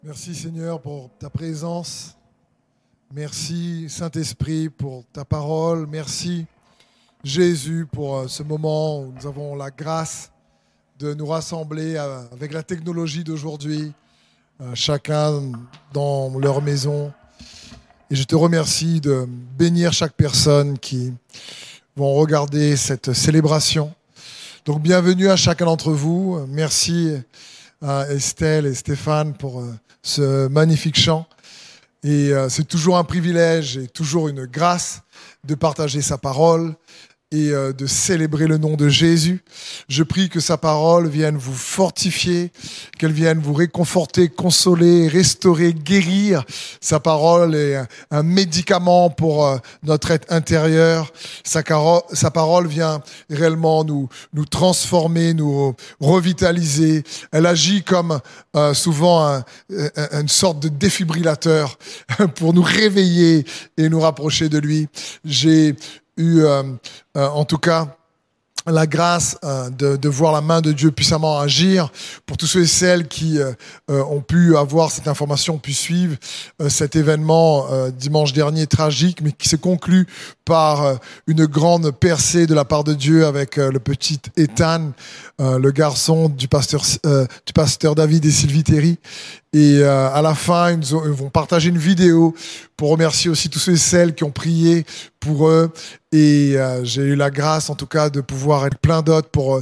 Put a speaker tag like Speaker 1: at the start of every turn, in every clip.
Speaker 1: Merci Seigneur pour ta présence. Merci Saint-Esprit pour ta parole. Merci Jésus pour ce moment où nous avons la grâce de nous rassembler avec la technologie d'aujourd'hui, chacun dans leur maison. Et je te remercie de bénir chaque personne qui vont regarder cette célébration. Donc bienvenue à chacun d'entre vous. Merci à Estelle et Stéphane pour ce magnifique chant. Et c'est toujours un privilège et toujours une grâce de partager sa parole et de célébrer le nom de Jésus. Je prie que sa parole vienne vous fortifier, qu'elle vienne vous réconforter, consoler, restaurer, guérir. Sa parole est un médicament pour notre être intérieur. Sa parole vient réellement nous transformer, nous revitaliser. Elle agit comme souvent une sorte de défibrillateur pour nous réveiller et nous rapprocher de lui. J'ai eu en tout cas la grâce de voir la main de Dieu puissamment agir. Pour tous ceux et celles qui ont pu avoir cette information, pu suivre cet événement dimanche dernier tragique, mais qui s'est conclu par une grande percée de la part de Dieu avec le petit Ethan, le garçon du pasteur David et Sylvie Terry. Et à la fin, ils vont partager une vidéo pour remercier aussi tous ceux et celles qui ont prié pour eux. Et j'ai eu la grâce, en tout cas, de pouvoir être plein d'autres pour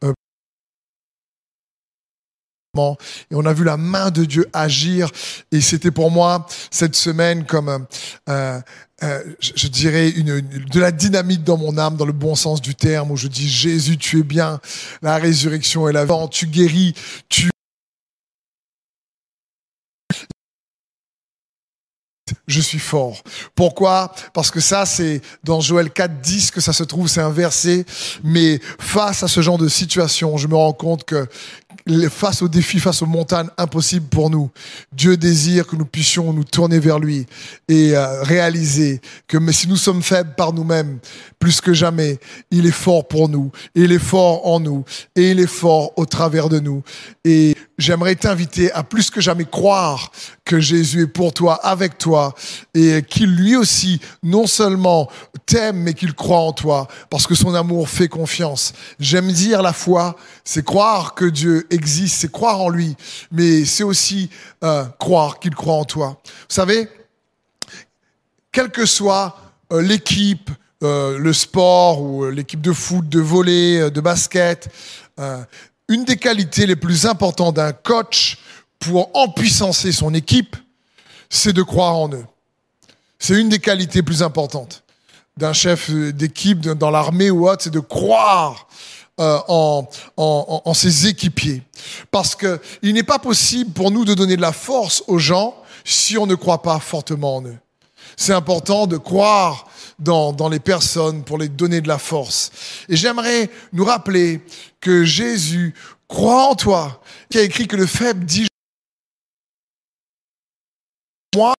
Speaker 1: et on a vu la main de Dieu agir. Et c'était pour moi cette semaine comme je dirais de la dynamite dans mon âme, dans le bon sens du terme, où je dis Jésus, tu es bien, la résurrection et la vie, tu guéris, je suis fort. Pourquoi ? Parce que ça, c'est dans Joël 4:10 que ça se trouve, c'est un verset. Mais face à ce genre de situation, je me rends compte que face aux défis, face aux montagnes impossibles pour nous, Dieu désire que nous puissions nous tourner vers lui et réaliser que mais si nous sommes faibles par nous-mêmes, plus que jamais, il est fort pour nous, et il est fort en nous, et il est fort au travers de nous. Et j'aimerais t'inviter à plus que jamais croire que Jésus est pour toi, avec toi, et qu'il lui aussi, non seulement t'aime, mais qu'il croit en toi, parce que son amour fait confiance. J'aime dire la foi, c'est croire que Dieu existe, c'est croire en lui, mais c'est aussi croire qu'il croit en toi. Vous savez, quelle que soit l'équipe, le sport ou l'équipe de foot, de volley, de basket, une des qualités les plus importantes d'un coach pour empuissancer son équipe, c'est de croire en eux. C'est une des qualités plus importantes d'un chef d'équipe dans l'armée ou autre, c'est de croire en ses équipiers. Parce que il n'est pas possible pour nous de donner de la force aux gens si on ne croit pas fortement en eux. C'est important de croire dans les personnes pour les donner de la force. Et j'aimerais nous rappeler que Jésus croit en toi, qui a écrit que le faible dit moi.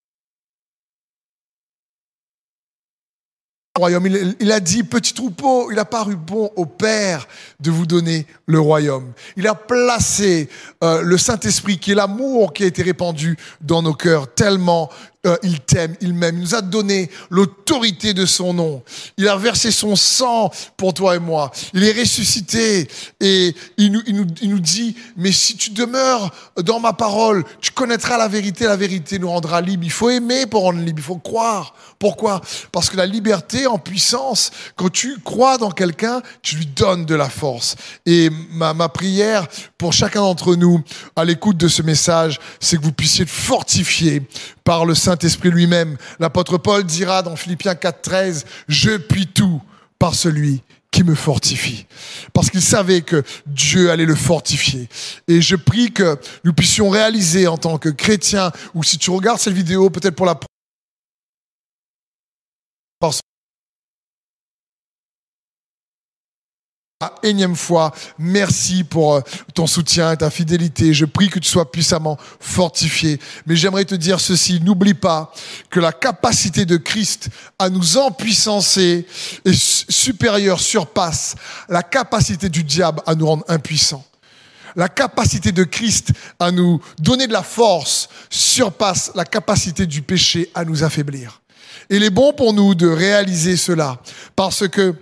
Speaker 1: Royaume. Il a dit, petit troupeau, il a paru bon au Père de vous donner le royaume. Il a placé le Saint-Esprit, qui est l'amour qui a été répandu dans nos cœurs, tellement il t'aime, il m'aime. Il nous a donné l'autorité de son nom. Il a versé son sang pour toi et moi. Il est ressuscité et il nous dit, mais si tu demeures dans ma parole, tu connaîtras la vérité nous rendra libres. Il faut aimer pour rendre libre, il faut croire. Pourquoi ? Parce que la liberté en puissance, quand tu crois dans quelqu'un, tu lui donnes de la force. Et ma prière pour chacun d'entre nous, à l'écoute de ce message, c'est que vous puissiez être fortifiés par le Saint-Esprit lui-même. L'apôtre Paul dira dans Philippiens 4:13, « Je puis tout par celui qui me fortifie. » Parce qu'il savait que Dieu allait le fortifier. Et je prie que nous puissions réaliser en tant que chrétiens, ou si tu regardes cette vidéo peut-être pour la énième fois, merci pour ton soutien et ta fidélité. Je prie que tu sois puissamment fortifié. Mais j'aimerais te dire ceci, n'oublie pas que la capacité de Christ à nous empuissancer est supérieure, surpasse la capacité du diable à nous rendre impuissants. la capacité de Christ à nous donner de la force surpasse la capacité du péché à nous affaiblir. Et il est bon pour nous de réaliser cela, parce que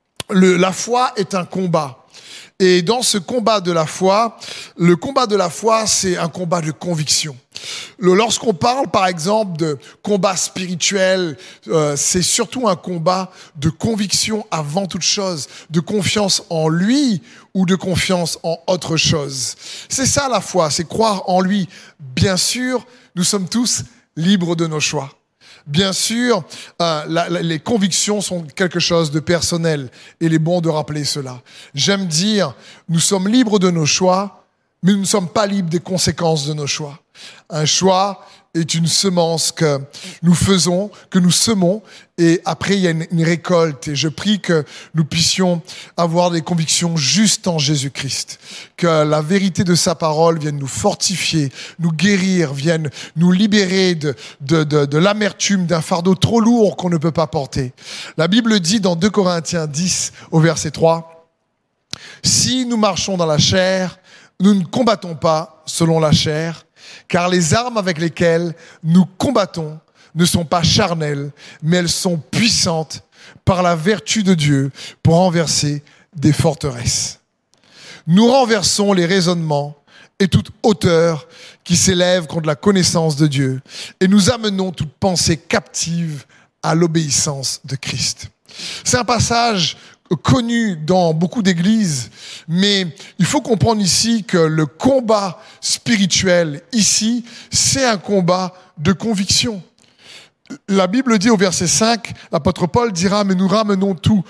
Speaker 1: la foi est un combat. Et dans ce combat de la foi, le combat de la foi, c'est un combat de conviction. Lorsqu'on parle, par exemple, de combat spirituel, c'est surtout un combat de conviction avant toute chose, de confiance en lui ou de confiance en autre chose. C'est ça la foi, c'est croire en lui. Bien sûr, nous sommes tous libres de nos choix. Bien sûr, les convictions sont quelque chose de personnel et il est bon de rappeler cela. J'aime dire, nous sommes libres de nos choix, mais nous ne sommes pas libres des conséquences de nos choix. Un choix est une semence que nous faisons, que nous semons, et après il y a une récolte. Et je prie que nous puissions avoir des convictions justes en Jésus-Christ, que la vérité de sa parole vienne nous fortifier, nous guérir, vienne nous libérer de l'amertume, d'un fardeau trop lourd qu'on ne peut pas porter. La Bible dit dans 2 Corinthiens 10 au verset 3, « Si nous marchons dans la chair, nous ne combattons pas selon la chair, car les armes avec lesquelles nous combattons ne sont pas charnelles, mais elles sont puissantes par la vertu de Dieu pour renverser des forteresses. Nous renversons les raisonnements et toute hauteur qui s'élève contre la connaissance de Dieu, et nous amenons toute pensée captive à l'obéissance de Christ. » C'est un passage connu dans beaucoup d'églises, mais il faut comprendre ici que le combat spirituel ici, c'est un combat de conviction. La Bible dit au verset 5, l'apôtre Paul dira, mais nous ramenons tout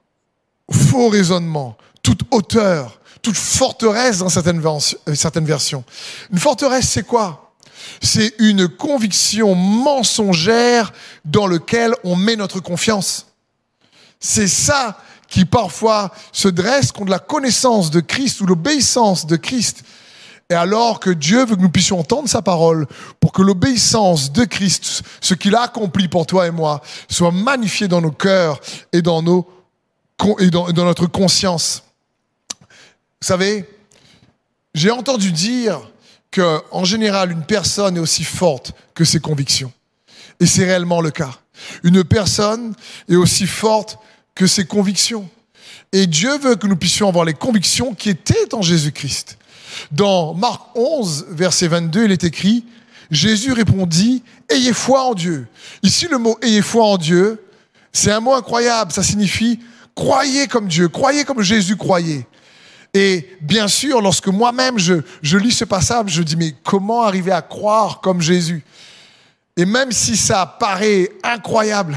Speaker 1: faux raisonnement, toute hauteur, toute forteresse dans certaines versions. Une forteresse, c'est quoi? C'est une conviction mensongère dans laquelle on met notre confiance. C'est ça qui parfois se dresse contre la connaissance de Christ ou l'obéissance de Christ. Et alors que Dieu veut que nous puissions entendre sa parole pour que l'obéissance de Christ, ce qu'il a accompli pour toi et moi, soit magnifiée dans nos cœurs et dans notre conscience. Vous savez, j'ai entendu dire qu'en général, une personne est aussi forte que ses convictions. Et c'est réellement le cas. Une personne est aussi forte que ses convictions. Et Dieu veut que nous puissions avoir les convictions qui étaient en Jésus-Christ. Dans Marc 11, verset 22, il est écrit, Jésus répondit, « Ayez foi en Dieu ». Ici, le mot « ayez foi en Dieu », c'est un mot incroyable. Ça signifie « croyez comme Dieu, croyez comme Jésus croyait ». Et bien sûr, lorsque moi-même je lis ce passage, je dis, mais comment arriver à croire comme Jésus? Et même si ça paraît incroyable,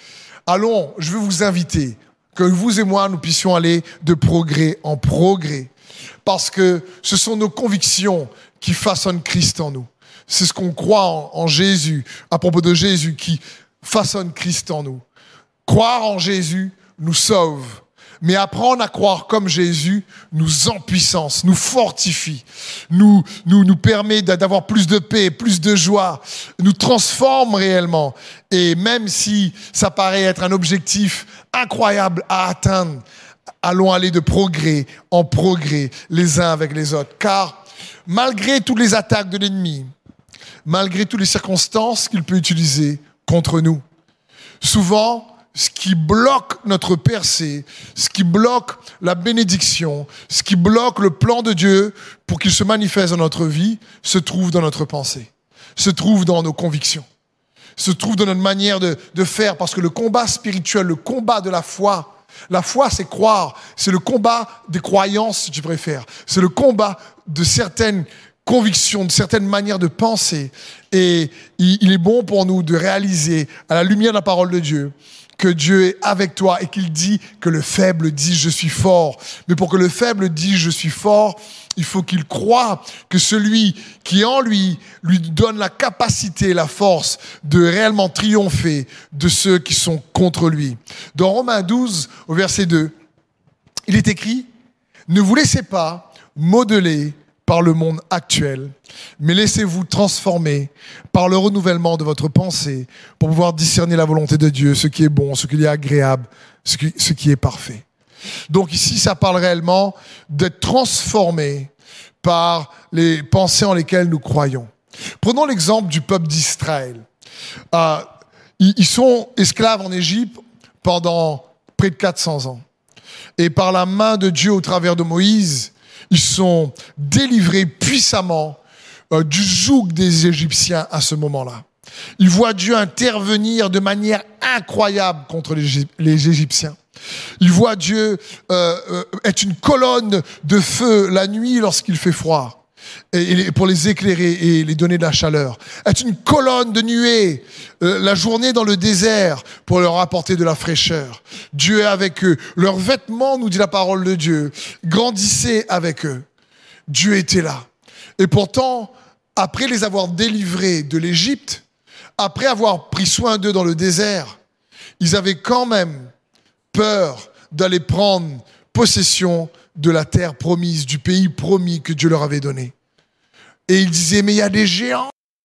Speaker 1: allons, je veux vous inviter, que vous et moi, nous puissions aller de progrès en progrès. Parce que ce sont nos convictions qui façonnent Christ en nous. C'est ce qu'on croit en Jésus, à propos de Jésus, qui façonne Christ en nous. Croire en Jésus nous sauve. Mais apprendre à croire comme Jésus nous empuissance, nous fortifie, nous permet d'avoir plus de paix, plus de joie, nous transforme réellement. Et même si ça paraît être un objectif incroyable à atteindre, allons aller de progrès en progrès les uns avec les autres. Car malgré toutes les attaques de l'ennemi, malgré toutes les circonstances qu'il peut utiliser contre nous, souvent, ce qui bloque notre percée, ce qui bloque la bénédiction, ce qui bloque le plan de Dieu pour qu'il se manifeste dans notre vie, se trouve dans notre pensée, se trouve dans nos convictions, se trouve dans notre manière de faire. Parce que le combat spirituel, le combat de la foi, c'est croire, c'est le combat des croyances, si tu préfères. C'est le combat de certaines convictions, de certaines manières de penser. Et il est bon pour nous de réaliser, à la lumière de la parole de Dieu, que Dieu est avec toi et qu'il dit que le faible dit « je suis fort ». Mais pour que le faible dise « je suis fort », il faut qu'il croie que celui qui en lui donne la capacité, la force de réellement triompher de ceux qui sont contre lui. Dans Romains 12, au verset 2, il est écrit « Ne vous laissez pas modeler par le monde actuel, mais laissez-vous transformer par le renouvellement de votre pensée pour pouvoir discerner la volonté de Dieu, ce qui est bon, ce qui est agréable, ce qui est parfait. » Donc ici, ça parle réellement d'être transformé par les pensées en lesquelles nous croyons. Prenons l'exemple du peuple d'Israël. Ils sont esclaves en Égypte pendant près de 400 ans. Et par la main de Dieu au travers de Moïse, ils sont délivrés puissamment du joug des Égyptiens à ce moment-là. Ils voient Dieu intervenir de manière incroyable contre les Égyptiens. Ils voient Dieu être une colonne de feu la nuit lorsqu'il fait froid, et pour les éclairer et les donner de la chaleur. Être une colonne de nuée la journée dans le désert pour leur apporter de la fraîcheur. Dieu est avec eux. Leurs vêtements, nous dit la parole de Dieu, grandissaient avec eux. Dieu était là. Et pourtant, après les avoir délivrés de l'Égypte, après avoir pris soin d'eux dans le désert, ils avaient quand même peur d'aller prendre possession de la terre promise, du pays promis que Dieu leur avait donné. Et ils disaient, mais il y a des géants.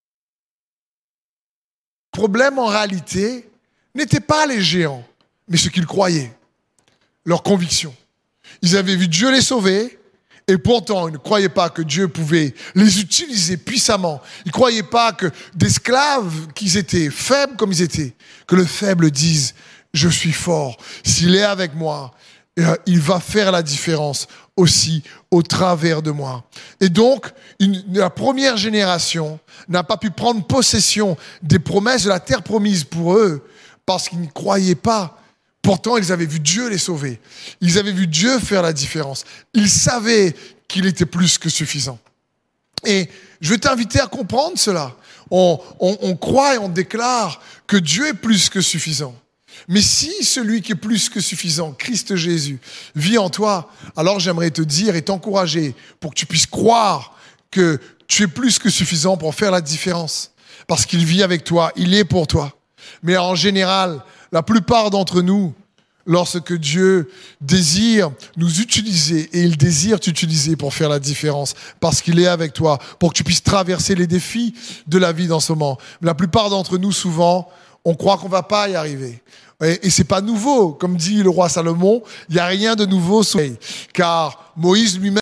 Speaker 1: Le problème en réalité n'était pas les géants, mais ce qu'ils croyaient, leur conviction. Ils avaient vu Dieu les sauver, et pourtant ils ne croyaient pas que Dieu pouvait les utiliser puissamment. Ils ne croyaient pas que d'esclaves qu'ils étaient, faibles comme ils étaient, que le faible dise, je suis fort. S'il est avec moi, il va faire la différence aussi au travers de moi. Et donc, la première génération n'a pas pu prendre possession des promesses de la terre promise pour eux parce qu'ils ne croyaient pas. Pourtant, ils avaient vu Dieu les sauver. Ils avaient vu Dieu faire la différence. Ils savaient qu'il était plus que suffisant. Et je veux t'inviter à comprendre cela. On croit et on déclare que Dieu est plus que suffisant. Mais si celui qui est plus que suffisant, Christ Jésus, vit en toi, alors j'aimerais te dire et t'encourager pour que tu puisses croire que tu es plus que suffisant pour faire la différence. Parce qu'il vit avec toi, il est pour toi. Mais en général, la plupart d'entre nous, lorsque Dieu désire nous utiliser, et il désire t'utiliser pour faire la différence, parce qu'il est avec toi, pour que tu puisses traverser les défis de la vie dans ce moment. La plupart d'entre nous, souvent, on croit qu'on ne va pas y arriver. Et c'est pas nouveau, comme dit le roi Salomon, il n'y a rien de nouveau sous le soleil. Car Moïse lui-même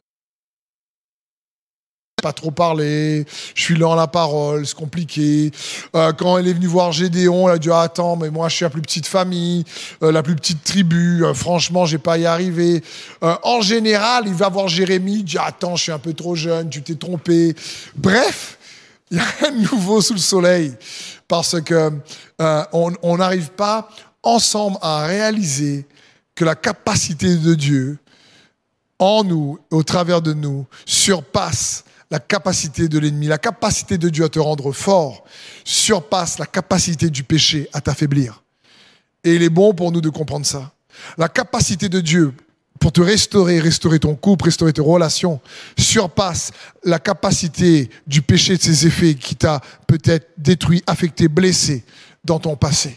Speaker 1: n'a pas trop parlé, je suis lent à la parole, c'est compliqué. Quand il est venu voir Gédéon, il a dit « Attends, mais moi je suis la plus petite famille, la plus petite tribu, franchement, je vais pas y arriver. » En général, il va voir Jérémie, il dit « Attends, je suis un peu trop jeune, tu t'es trompé. » Bref, il n'y a rien de nouveau sous le soleil, parce que on n'arrive pas ensemble à réaliser que la capacité de Dieu en nous, au travers de nous, surpasse la capacité de l'ennemi. La capacité de Dieu à te rendre fort surpasse la capacité du péché à t'affaiblir. Et il est bon pour nous de comprendre ça. La capacité de Dieu pour te restaurer ton couple, restaurer tes relations, surpasse la capacité du péché de ses effets qui t'a peut-être détruit, affecté, blessé dans ton passé.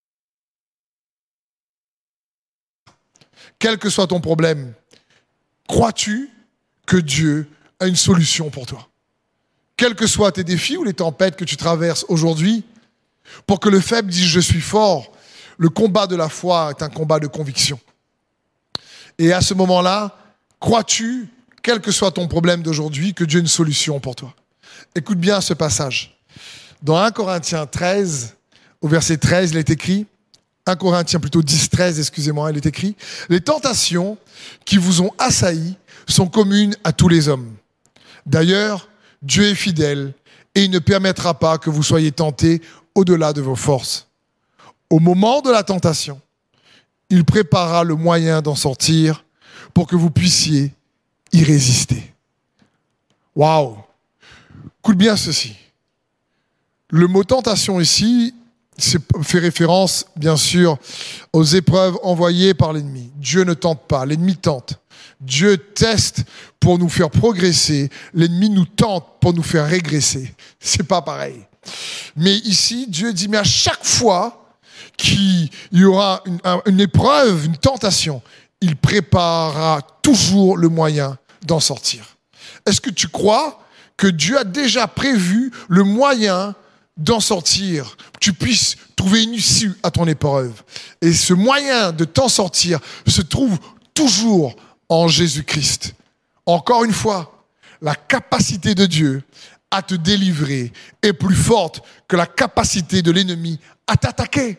Speaker 1: Quel que soit ton problème, crois-tu que Dieu a une solution pour toi? Quels que soient tes défis ou les tempêtes que tu traverses aujourd'hui, pour que le faible dise « je suis fort », le combat de la foi est un combat de conviction. Et à ce moment-là, crois-tu, quel que soit ton problème d'aujourd'hui, que Dieu a une solution pour toi? Écoute bien ce passage. Dans 1 Corinthiens 13, au verset 13, il est écrit, 1 Corinthiens plutôt 10, 13, excusez-moi, il est écrit, « Les tentations qui vous ont assaillis sont communes à tous les hommes. D'ailleurs, Dieu est fidèle et il ne permettra pas que vous soyez tentés au-delà de vos forces. Au moment de la tentation, il préparera le moyen d'en sortir pour que vous puissiez y résister. » Waouh! Écoute bien ceci. Le mot tentation ici fait référence, bien sûr, aux épreuves envoyées par l'ennemi. Dieu ne tente pas, l'ennemi tente. Dieu teste pour nous faire progresser, l'ennemi nous tente pour nous faire régresser. C'est pas pareil. Mais ici, Dieu dit, mais à chaque fois qu'il y aura une épreuve, une tentation, il préparera toujours le moyen d'en sortir. Est-ce que tu crois que Dieu a déjà prévu le moyen d'en sortir, que tu puisses trouver une issue à ton épreuve? Et ce moyen de t'en sortir se trouve toujours en Jésus-Christ. Encore une fois, la capacité de Dieu à te délivrer est plus forte que la capacité de l'ennemi à t'attaquer.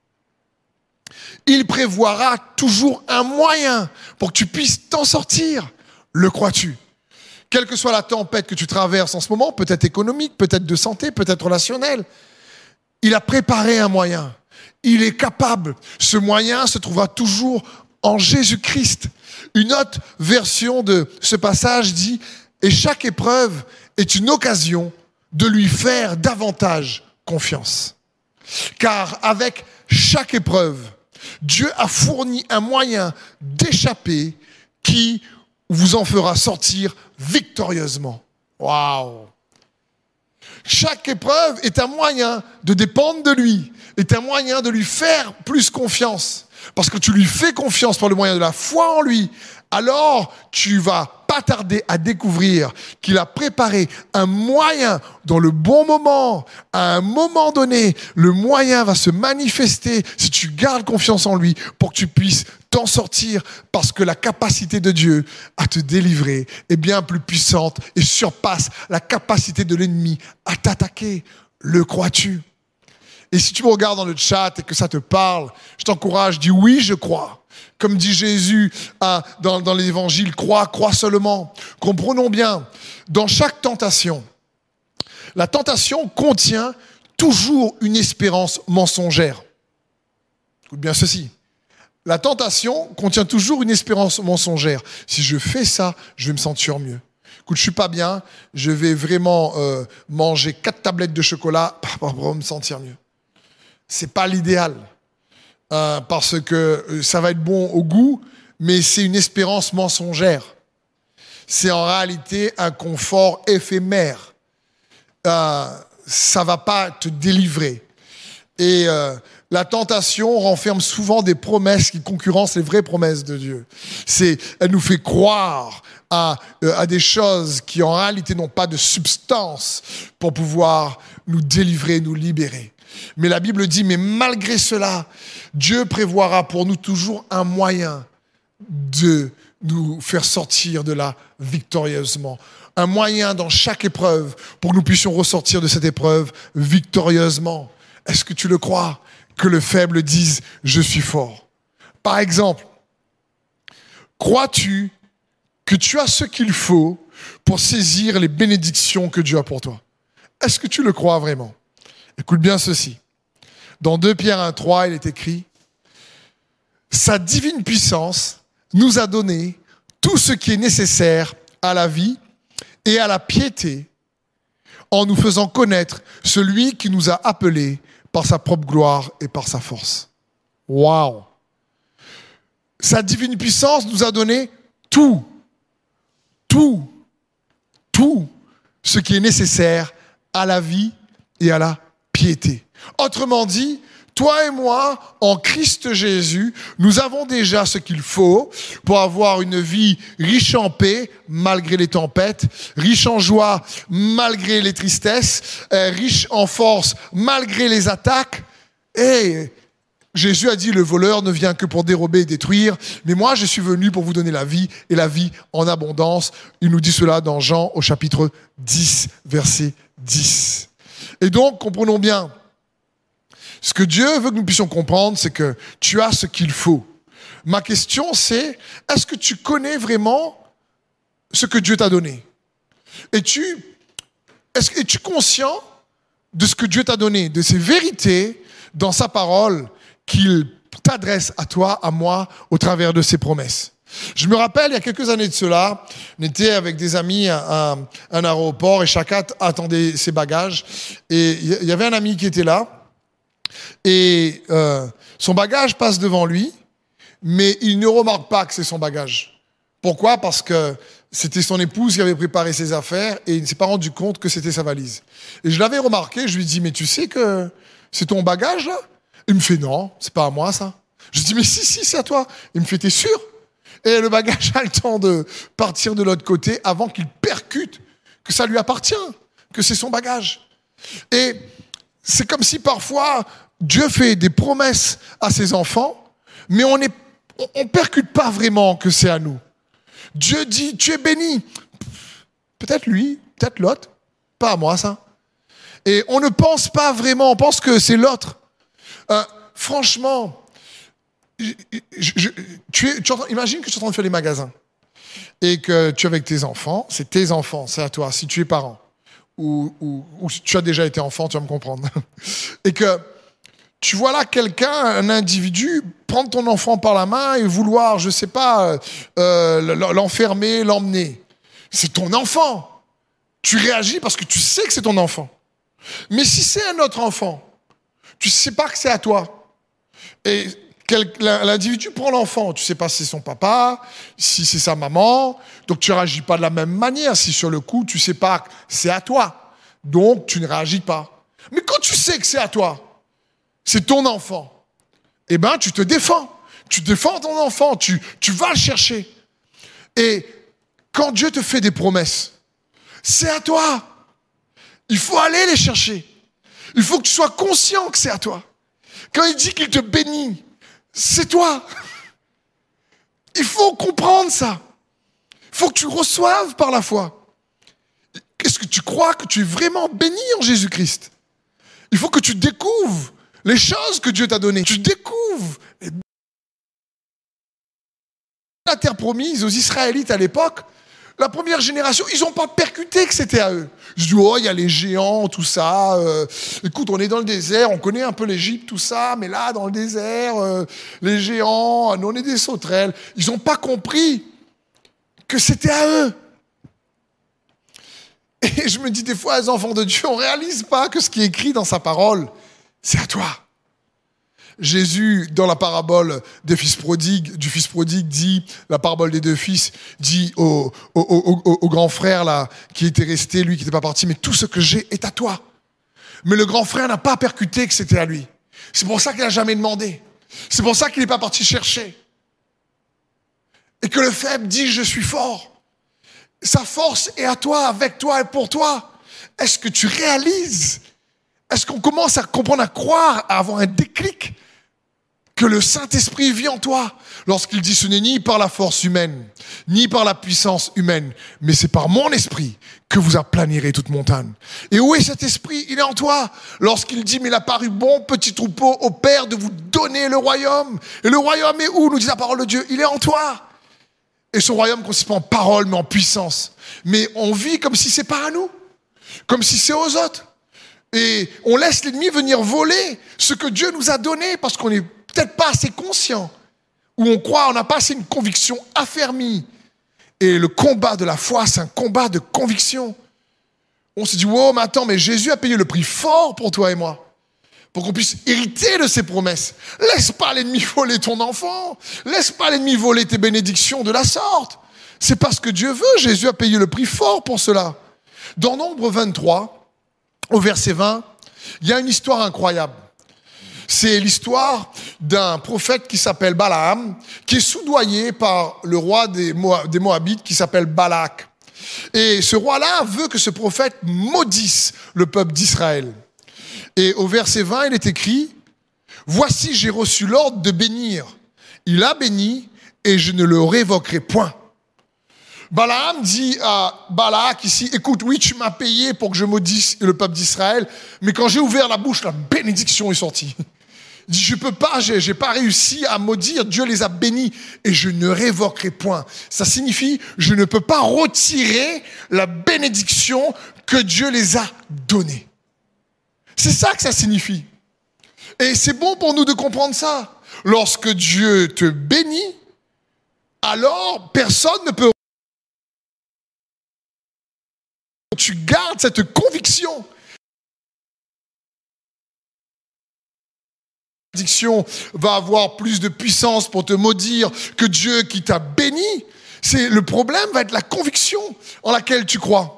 Speaker 1: Il prévoira toujours un moyen pour que tu puisses t'en sortir. Le crois-tu? Quelle que soit la tempête que tu traverses en ce moment, peut-être économique, peut-être de santé, peut-être relationnelle, il a préparé un moyen. Il est capable. Ce moyen se trouvera toujours en Jésus-Christ. Une autre version de ce passage dit « Et chaque épreuve est une occasion de lui faire davantage confiance. » Car avec chaque épreuve, Dieu a fourni un moyen d'échapper qui vous en fera sortir victorieusement. Waouh! Chaque épreuve est un moyen de dépendre de lui, est un moyen de lui faire plus confiance. Parce que tu lui fais confiance par le moyen de la foi en lui, alors tu vas pas tarder à découvrir qu'il a préparé un moyen dans le bon moment, à un moment donné, le moyen va se manifester si tu gardes confiance en lui pour que tu puisses t'en sortir parce que la capacité de Dieu à te délivrer est bien plus puissante et surpasse la capacité de l'ennemi à t'attaquer. Le crois-tu? Et si tu me regardes dans le chat et que ça te parle, je t'encourage, dis oui, je crois. Comme dit Jésus dans l'évangile, crois seulement. Comprenons bien, dans chaque tentation, la tentation contient toujours une espérance mensongère. Écoute bien ceci. La tentation contient toujours une espérance mensongère. Si je fais ça, je vais me sentir mieux. Écoute, je suis pas bien, je vais vraiment manger 4 tablettes de chocolat pour me sentir mieux. C'est pas l'idéal. Parce que ça va être bon au goût, mais c'est une espérance mensongère. C'est en réalité un confort éphémère. Ça va pas te délivrer. Et la tentation renferme souvent des promesses qui concurrencent les vraies promesses de Dieu. Elle nous fait croire à des choses qui en réalité n'ont pas de substance pour pouvoir nous délivrer, nous libérer. Mais la Bible dit, mais malgré cela, Dieu prévoira pour nous toujours un moyen de nous faire sortir de là victorieusement. Un moyen dans chaque épreuve pour que nous puissions ressortir de cette épreuve victorieusement. Est-ce que tu le crois? Que le faible dise, je suis fort. Par exemple, crois-tu que tu as ce qu'il faut pour saisir les bénédictions que Dieu a pour toi? Est-ce que tu le crois vraiment? Écoute bien ceci. Dans 2 Pierre 1,3, il est écrit « Sa divine puissance nous a donné tout ce qui est nécessaire à la vie et à la piété en nous faisant connaître celui qui nous a appelés par sa propre gloire et par sa force. » Waouh! Sa divine puissance nous a donné tout ce qui est nécessaire à la vie et à la piété. Autrement dit, toi et moi, en Christ Jésus, nous avons déjà ce qu'il faut pour avoir une vie riche en paix, malgré les tempêtes, riche en joie, malgré les tristesses, riche en force, malgré les attaques. Et Jésus a dit, le voleur ne vient que pour dérober et détruire, mais moi je suis venu pour vous donner la vie et la vie en abondance. Il nous dit cela dans Jean au chapitre 10, verset 10. Et donc, comprenons bien, ce que Dieu veut que nous puissions comprendre, c'est que tu as ce qu'il faut. Ma question, c'est, est-ce que tu connais vraiment ce que Dieu t'a donné? Es-tu conscient de ce que Dieu t'a donné, de ses vérités dans sa parole qu'il t'adresse à toi, à moi, au travers de ses promesses? Je me rappelle, il y a quelques années de cela, on était avec des amis à un aéroport et chacun attendait ses bagages. Et il y avait un ami qui était là et son bagage passe devant lui, mais il ne remarque pas que c'est son bagage. Pourquoi? Parce que c'était son épouse qui avait préparé ses affaires et il ne s'est pas rendu compte que c'était sa valise. Et je l'avais remarqué, je lui ai dit, mais tu sais que c'est ton bagage là? Il me fait, non, c'est pas à moi ça. Je lui dis, mais si, c'est à toi. Il me fait, t'es sûr? Et le bagage a le temps de partir de l'autre côté avant qu'il percute que ça lui appartient, que c'est son bagage. Et c'est comme si parfois Dieu fait des promesses à ses enfants, mais on percute pas vraiment que c'est à nous. Dieu dit, tu es béni. peut-être lui, peut-être l'autre, pas à moi ça. Et on ne pense pas vraiment, on pense que c'est l'autre. Franchement, imagine que tu es en train de faire les magasins et que tu es avec tes enfants, c'est à toi, si tu es parent. Ou si tu as déjà été enfant, tu vas me comprendre. Et que tu vois là quelqu'un, un individu, prendre ton enfant par la main et vouloir, je sais pas, l'enfermer, l'emmener. C'est ton enfant. Tu réagis parce que tu sais que c'est ton enfant. Mais si c'est un autre enfant, tu sais pas que c'est à toi. Et l'individu prend l'enfant, tu sais pas si c'est son papa, si c'est sa maman, donc tu réagis pas de la même manière. Si sur le coup, tu sais pas que c'est à toi, donc tu ne réagis pas. Mais quand tu sais que c'est à toi, c'est ton enfant, eh ben tu te défends. Tu défends ton enfant, tu vas le chercher. Et quand Dieu te fait des promesses, c'est à toi. Il faut aller les chercher. Il faut que tu sois conscient que c'est à toi. Quand il dit qu'il te bénit, c'est toi. Il faut comprendre ça. Il faut que tu reçoives par la foi. Est-ce que tu crois que tu es vraiment béni en Jésus-Christ? Il faut que tu découvres les choses que Dieu t'a données. Tu découvres la terre promise aux Israélites à l'époque. La première génération, ils n'ont pas percuté que c'était à eux. Je dis, oh, il y a les géants, tout ça. Écoute, on est dans le désert, on connaît un peu l'Égypte, tout ça, mais là, dans le désert, les géants, nous, on est des sauterelles. Ils n'ont pas compris que c'était à eux. Et je me dis des fois, les enfants de Dieu, on ne réalise pas que ce qui est écrit dans sa parole, c'est à toi. Jésus, dans la parabole du fils prodigue, dit, la parabole des deux fils, dit au grand frère là, qui était resté, lui qui n'était pas parti, mais tout ce que j'ai est à toi. Mais le grand frère n'a pas percuté que c'était à lui. C'est pour ça qu'il n'a jamais demandé. C'est pour ça qu'il n'est pas parti chercher. Et que le faible dit, je suis fort. Sa force est à toi, avec toi et pour toi. Est-ce que tu réalises? Est-ce qu'on commence à comprendre, à croire, à avoir un déclic que le Saint-Esprit vit en toi lorsqu'il dit ce n'est ni par la force humaine, ni par la puissance humaine, mais c'est par mon esprit que vous aplanirez toute montagne. Et où est cet esprit? Il est en toi. Lorsqu'il dit, mais il a paru bon petit troupeau au Père de vous donner le royaume. Et le royaume est où? Nous dit la parole de Dieu. Il est en toi. Et son royaume consiste pas en parole, mais en puissance. Mais on vit comme si c'est pas à nous. Comme si c'est aux autres. Et on laisse l'ennemi venir voler ce que Dieu nous a donné parce qu'on n'est peut-être pas assez conscient. Ou on croit, on n'a pas assez une conviction affermie. Et le combat de la foi, c'est un combat de conviction. On se dit, wow, mais attends, mais Jésus a payé le prix fort pour toi et moi. Pour qu'on puisse hériter de ses promesses. Laisse pas l'ennemi voler ton enfant. Laisse pas l'ennemi voler tes bénédictions de la sorte. C'est parce que Dieu veut. Jésus a payé le prix fort pour cela. Dans Nombre 23, au verset 20, il y a une histoire incroyable. C'est l'histoire d'un prophète qui s'appelle Balaam, qui est soudoyé par le roi des Moabites qui s'appelle Balak. Et ce roi-là veut que ce prophète maudisse le peuple d'Israël. Et au verset 20, il est écrit, « Voici, j'ai reçu l'ordre de bénir. Il a béni et je ne le révoquerai point. » Balaam dit à Balak ici, « Écoute, oui, tu m'as payé pour que je maudisse le peuple d'Israël, mais quand j'ai ouvert la bouche, la bénédiction est sortie. » Il dit, je peux pas, j'ai pas réussi à maudire, Dieu les a bénis et je ne révoquerai point. Ça signifie, je ne peux pas retirer la bénédiction que Dieu les a donnée. C'est ça que ça signifie. Et c'est bon pour nous de comprendre ça. Lorsque Dieu te bénit, alors personne ne peut... Tu gardes cette conviction. La bénédiction va avoir plus de puissance pour te maudire que Dieu qui t'a béni. Le problème va être la conviction en laquelle tu crois.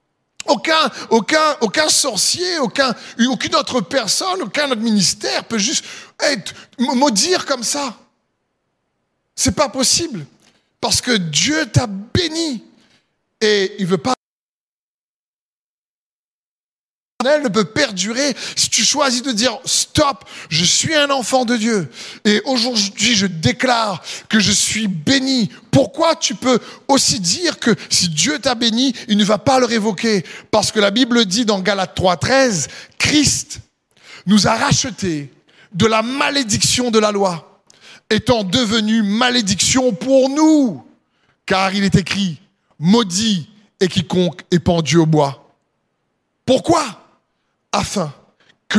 Speaker 1: Aucun sorcier, aucune autre personne, aucun autre ministère peut juste maudire comme ça. C'est pas possible. Parce que Dieu t'a béni. Et il veut pas ne peut perdurer si tu choisis de dire stop, je suis un enfant de Dieu et aujourd'hui je déclare que je suis béni. Pourquoi tu peux aussi dire que si Dieu t'a béni, il ne va pas le révoquer? Parce que la Bible dit dans Galates 3:13, Christ nous a rachetés de la malédiction de la loi, étant devenu malédiction pour nous, car il est écrit, maudit est quiconque est pendu au bois. Pourquoi? Afin que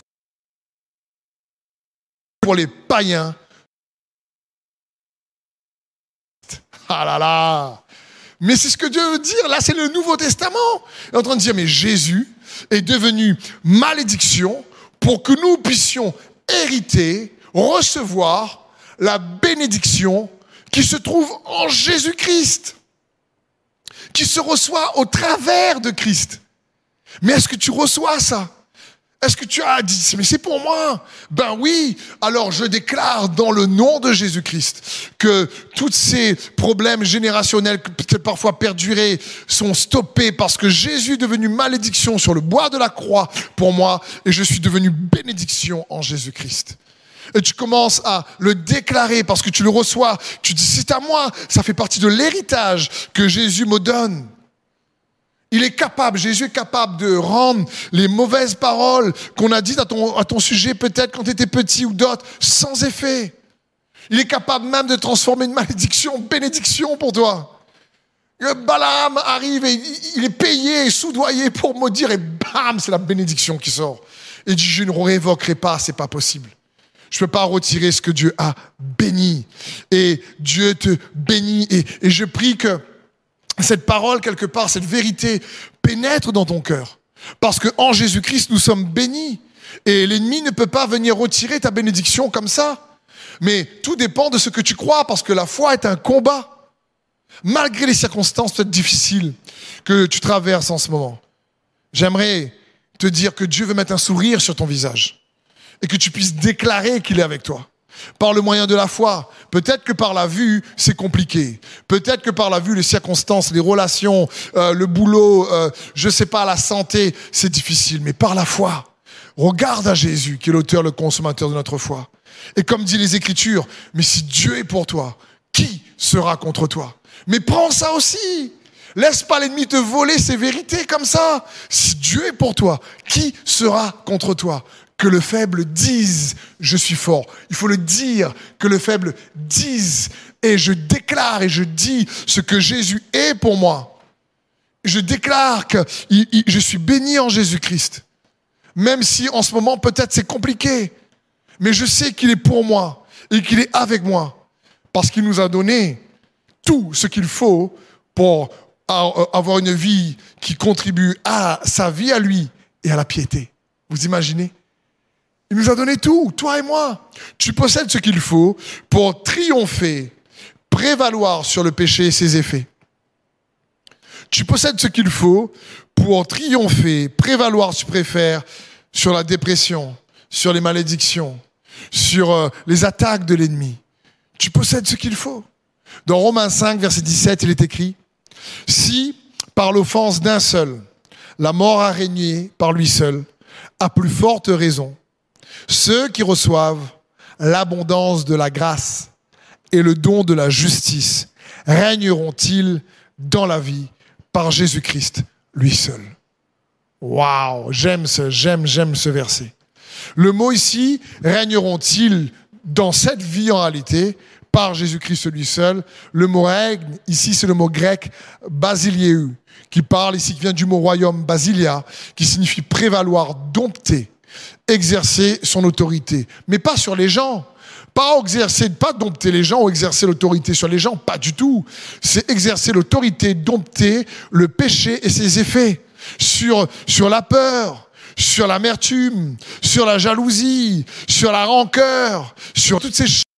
Speaker 1: pour les païens, ah là là, mais c'est ce que Dieu veut dire, là c'est le Nouveau Testament. Il est en train de dire, mais Jésus est devenu malédiction pour que nous puissions hériter, recevoir la bénédiction qui se trouve en Jésus-Christ, qui se reçoit au travers de Christ. Mais est-ce que tu reçois ça? Est-ce que tu as dit, mais c'est pour moi? Ben oui, alors je déclare dans le nom de Jésus-Christ que tous ces problèmes générationnels qui peut-être parfois perdurés sont stoppés parce que Jésus est devenu malédiction sur le bois de la croix pour moi et je suis devenu bénédiction en Jésus-Christ. Et tu commences à le déclarer parce que tu le reçois. Tu dis, c'est à moi, ça fait partie de l'héritage que Jésus me donne. Il est capable, Jésus est capable de rendre les mauvaises paroles qu'on a dites à ton sujet, peut-être quand tu étais petit ou d'autres, sans effet. Il est capable même de transformer une malédiction en bénédiction pour toi. Balaam arrive et il est payé, soudoyé pour maudire et bam, c'est la bénédiction qui sort. Et dit, je ne révoquerai pas, c'est pas possible. Je ne peux pas retirer ce que Dieu a béni. Et Dieu te bénit. Et je prie que cette parole, quelque part, cette vérité pénètre dans ton cœur. Parce qu'en Jésus-Christ, nous sommes bénis. Et l'ennemi ne peut pas venir retirer ta bénédiction comme ça. Mais tout dépend de ce que tu crois, parce que la foi est un combat. Malgré les circonstances peut-être difficiles que tu traverses en ce moment. J'aimerais te dire que Dieu veut mettre un sourire sur ton visage. Et que tu puisses déclarer qu'il est avec toi. Par le moyen de la foi. Peut-être que par la vue, c'est compliqué. Peut-être que par la vue, les circonstances, les relations, le boulot, je sais pas, la santé, c'est difficile. Mais par la foi, regarde à Jésus, qui est l'auteur, le consommateur de notre foi. Et comme dit les Écritures, mais si Dieu est pour toi, qui sera contre toi? Mais prends ça aussi. Laisse pas l'ennemi te voler ces vérités comme ça. Si Dieu est pour toi, qui sera contre toi? Que le faible dise, je suis fort. Il faut le dire, que le faible dise. Et je déclare et je dis ce que Jésus est pour moi. Je déclare que je suis béni en Jésus-Christ. Même si en ce moment, peut-être c'est compliqué. Mais je sais qu'il est pour moi et qu'il est avec moi. Parce qu'il nous a donné tout ce qu'il faut pour avoir une vie qui contribue à sa vie à lui et à la piété. Vous imaginez? Il nous a donné tout, toi et moi. Tu possèdes ce qu'il faut pour triompher, prévaloir sur le péché et ses effets. Tu possèdes ce qu'il faut pour triompher, prévaloir, si tu préfères, sur la dépression, sur les malédictions, sur les attaques de l'ennemi. Tu possèdes ce qu'il faut. Dans Romains 5, verset 17, il est écrit, « Si, par l'offense d'un seul, la mort a régné par lui seul, à plus forte raison, ceux qui reçoivent l'abondance de la grâce et le don de la justice régneront-ils dans la vie par Jésus-Christ, lui seul. » Waouh, j'aime ce verset. Le mot ici, régneront-ils dans cette vie en réalité par Jésus-Christ, lui seul. Le mot règne, ici, c'est le mot grec basilieu, qui parle ici, qui vient du mot royaume basilia, qui signifie prévaloir, dompter, exercer son autorité, mais pas sur les gens. Pas dompter les gens ou exercer l'autorité sur les gens, pas du tout. C'est exercer l'autorité, dompter le péché et ses effets sur la peur, sur l'amertume, sur la jalousie, sur la rancœur, sur toutes ces choses.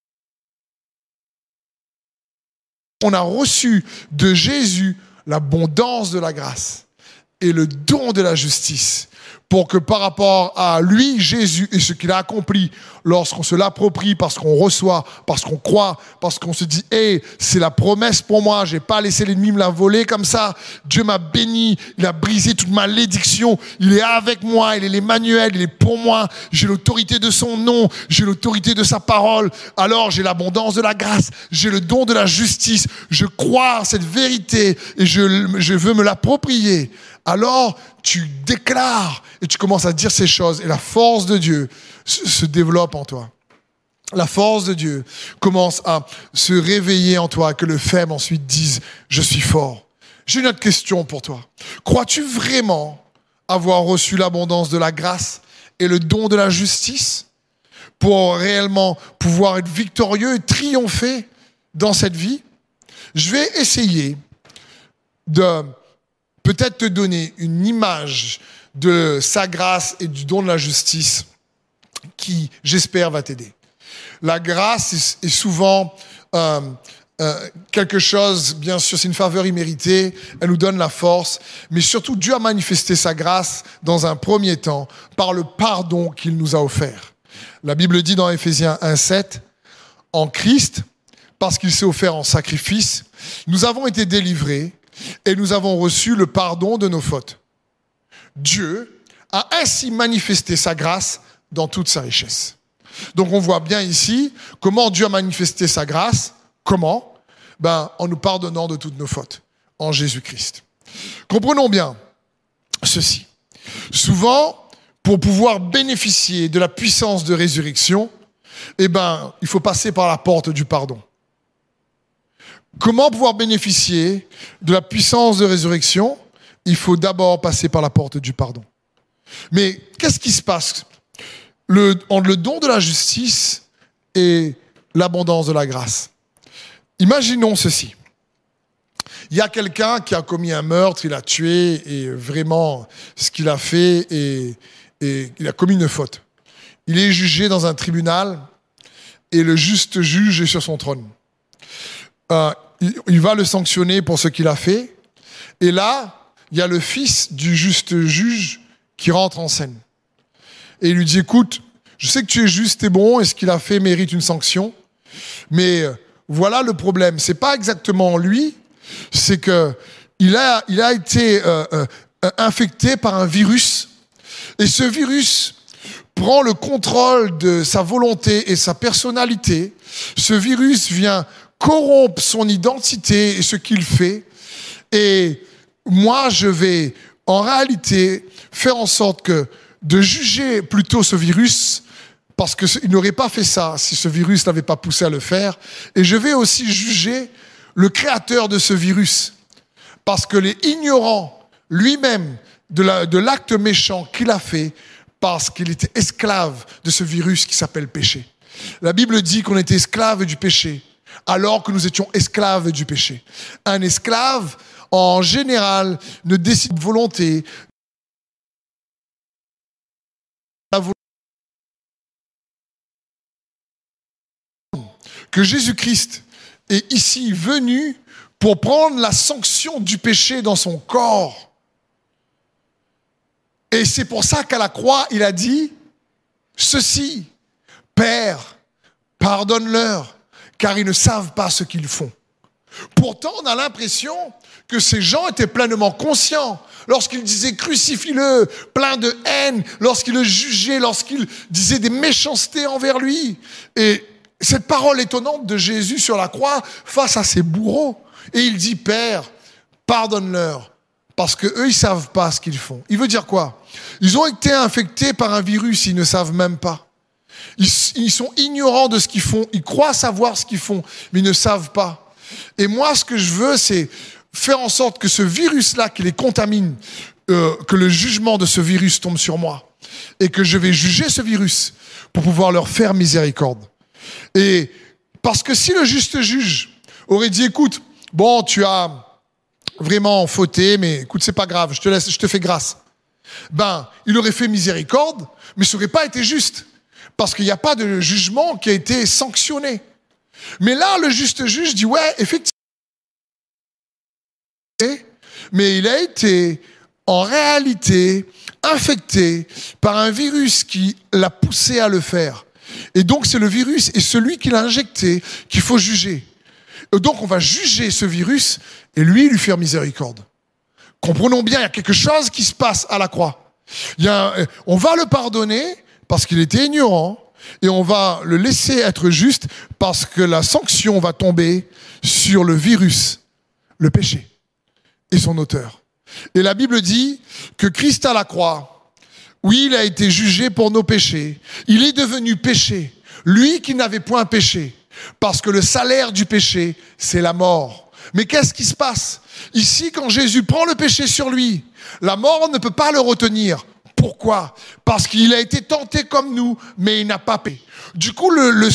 Speaker 1: On a reçu de Jésus l'abondance de la grâce et le don de la justice pour que par rapport à lui, Jésus, et ce qu'il a accompli, lorsqu'on se l'approprie, parce qu'on reçoit, parce qu'on croit, parce qu'on se dit, hey, c'est la promesse pour moi, j'ai pas laissé l'ennemi me la voler comme ça, Dieu m'a béni, il a brisé toute malédiction, il est avec moi, il est l'Emmanuel, il est pour moi, j'ai l'autorité de son nom, j'ai l'autorité de sa parole, alors j'ai l'abondance de la grâce, j'ai le don de la justice, je crois à cette vérité et je veux me l'approprier. Alors, tu déclares et tu commences à dire ces choses et la force de Dieu se développe en toi. La force de Dieu commence à se réveiller en toi, que le faible ensuite dise « Je suis fort ». J'ai une autre question pour toi. Crois-tu vraiment avoir reçu l'abondance de la grâce et le don de la justice pour réellement pouvoir être victorieux et triompher dans cette vie? Je vais essayer de peut-être te donner une image de sa grâce et du don de la justice qui, j'espère, va t'aider. La grâce est souvent quelque chose, bien sûr, c'est une faveur imméritée, elle nous donne la force, mais surtout Dieu a manifesté sa grâce dans un premier temps par le pardon qu'il nous a offert. La Bible dit dans Éphésiens 1:7, en Christ, parce qu'il s'est offert en sacrifice, nous avons été délivrés et nous avons reçu le pardon de nos fautes. Dieu a ainsi manifesté sa grâce dans toute sa richesse. Donc on voit bien ici comment Dieu a manifesté sa grâce. Comment ? En nous pardonnant de toutes nos fautes, en Jésus-Christ. Comprenons bien ceci. Souvent, pour pouvoir bénéficier de la puissance de résurrection, il faut passer par la porte du pardon. Comment pouvoir bénéficier de la puissance de résurrection ? Il faut d'abord passer par la porte du pardon. Mais qu'est-ce qui se passe entre le don de la justice et l'abondance de la grâce? Imaginons ceci. Il y a quelqu'un qui a commis un meurtre, il a tué, et vraiment, ce qu'il a fait, et il a commis une faute. Il est jugé dans un tribunal, et le juste juge est sur son trône. Il va le sanctionner pour ce qu'il a fait. Et là, il y a le fils du juste juge qui rentre en scène. Et il lui dit, écoute, je sais que tu es juste et bon, et ce qu'il a fait mérite une sanction. Mais voilà le problème. C'est pas exactement lui, c'est que il a été infecté par un virus. Et ce virus prend le contrôle de sa volonté et sa personnalité. Ce virus vient corrompre son identité et ce qu'il fait. Et moi, je vais, en réalité, faire en sorte de juger plutôt ce virus, parce qu'il n'aurait pas fait ça si ce virus n'avait pas poussé à le faire. Et je vais aussi juger le créateur de ce virus, parce qu'il est ignorant lui-même de l'acte méchant qu'il a fait, parce qu'il était esclave de ce virus qui s'appelle péché. La Bible dit qu'on était esclave du péché, alors que nous étions esclaves du péché. Un esclave, en général, ne décide de volonté. Que Jésus-Christ est ici venu pour prendre la sanction du péché dans son corps. Et c'est pour ça qu'à la croix, il a dit ceci, Père, pardonne-leur, car ils ne savent pas ce qu'ils font. Pourtant, on a l'impression que ces gens étaient pleinement conscients. Lorsqu'ils disaient crucifie-le, plein de haine, lorsqu'ils le jugeaient, lorsqu'ils disaient des méchancetés envers lui. Et cette parole étonnante de Jésus sur la croix face à ses bourreaux. Et il dit, Père, pardonne-leur, parce qu'eux, ils ne savent pas ce qu'ils font. Il veut dire quoi ? Ils ont été infectés par un virus, ils ne savent même pas. Ils sont ignorants de ce qu'ils font, ils croient savoir ce qu'ils font, mais ils ne savent pas. Et moi, ce que je veux, c'est faire en sorte que ce virus-là, qui les contamine, que le jugement de ce virus tombe sur moi, et que je vais juger ce virus pour pouvoir leur faire miséricorde. Et parce que si le juste juge aurait dit, écoute, bon, tu as vraiment fauté, mais écoute, c'est pas grave, je te fais grâce. Il aurait fait miséricorde, mais ça n'aurait pas été juste. Parce qu'il n'y a pas de jugement qui a été sanctionné. Mais là, le juste juge dit, ouais, effectivement, mais il a été, en réalité, infecté par un virus qui l'a poussé à le faire. Et donc c'est le virus et celui qui l'a injecté qu'il faut juger. Et donc on va juger ce virus et lui faire miséricorde. Comprenons bien, il y a quelque chose qui se passe à la croix. On va le pardonner parce qu'il était ignorant et on va le laisser être juste parce que la sanction va tomber sur le virus, le péché et son auteur. Et la Bible dit que Christ à la croix, oui, il a été jugé pour nos péchés. Il est devenu péché, lui qui n'avait point péché, parce que le salaire du péché, c'est la mort. Mais qu'est-ce qui se passe? Ici, quand Jésus prend le péché sur lui, la mort ne peut pas le retenir. Pourquoi? Parce qu'il a été tenté comme nous, mais il n'a pas péché. Du coup,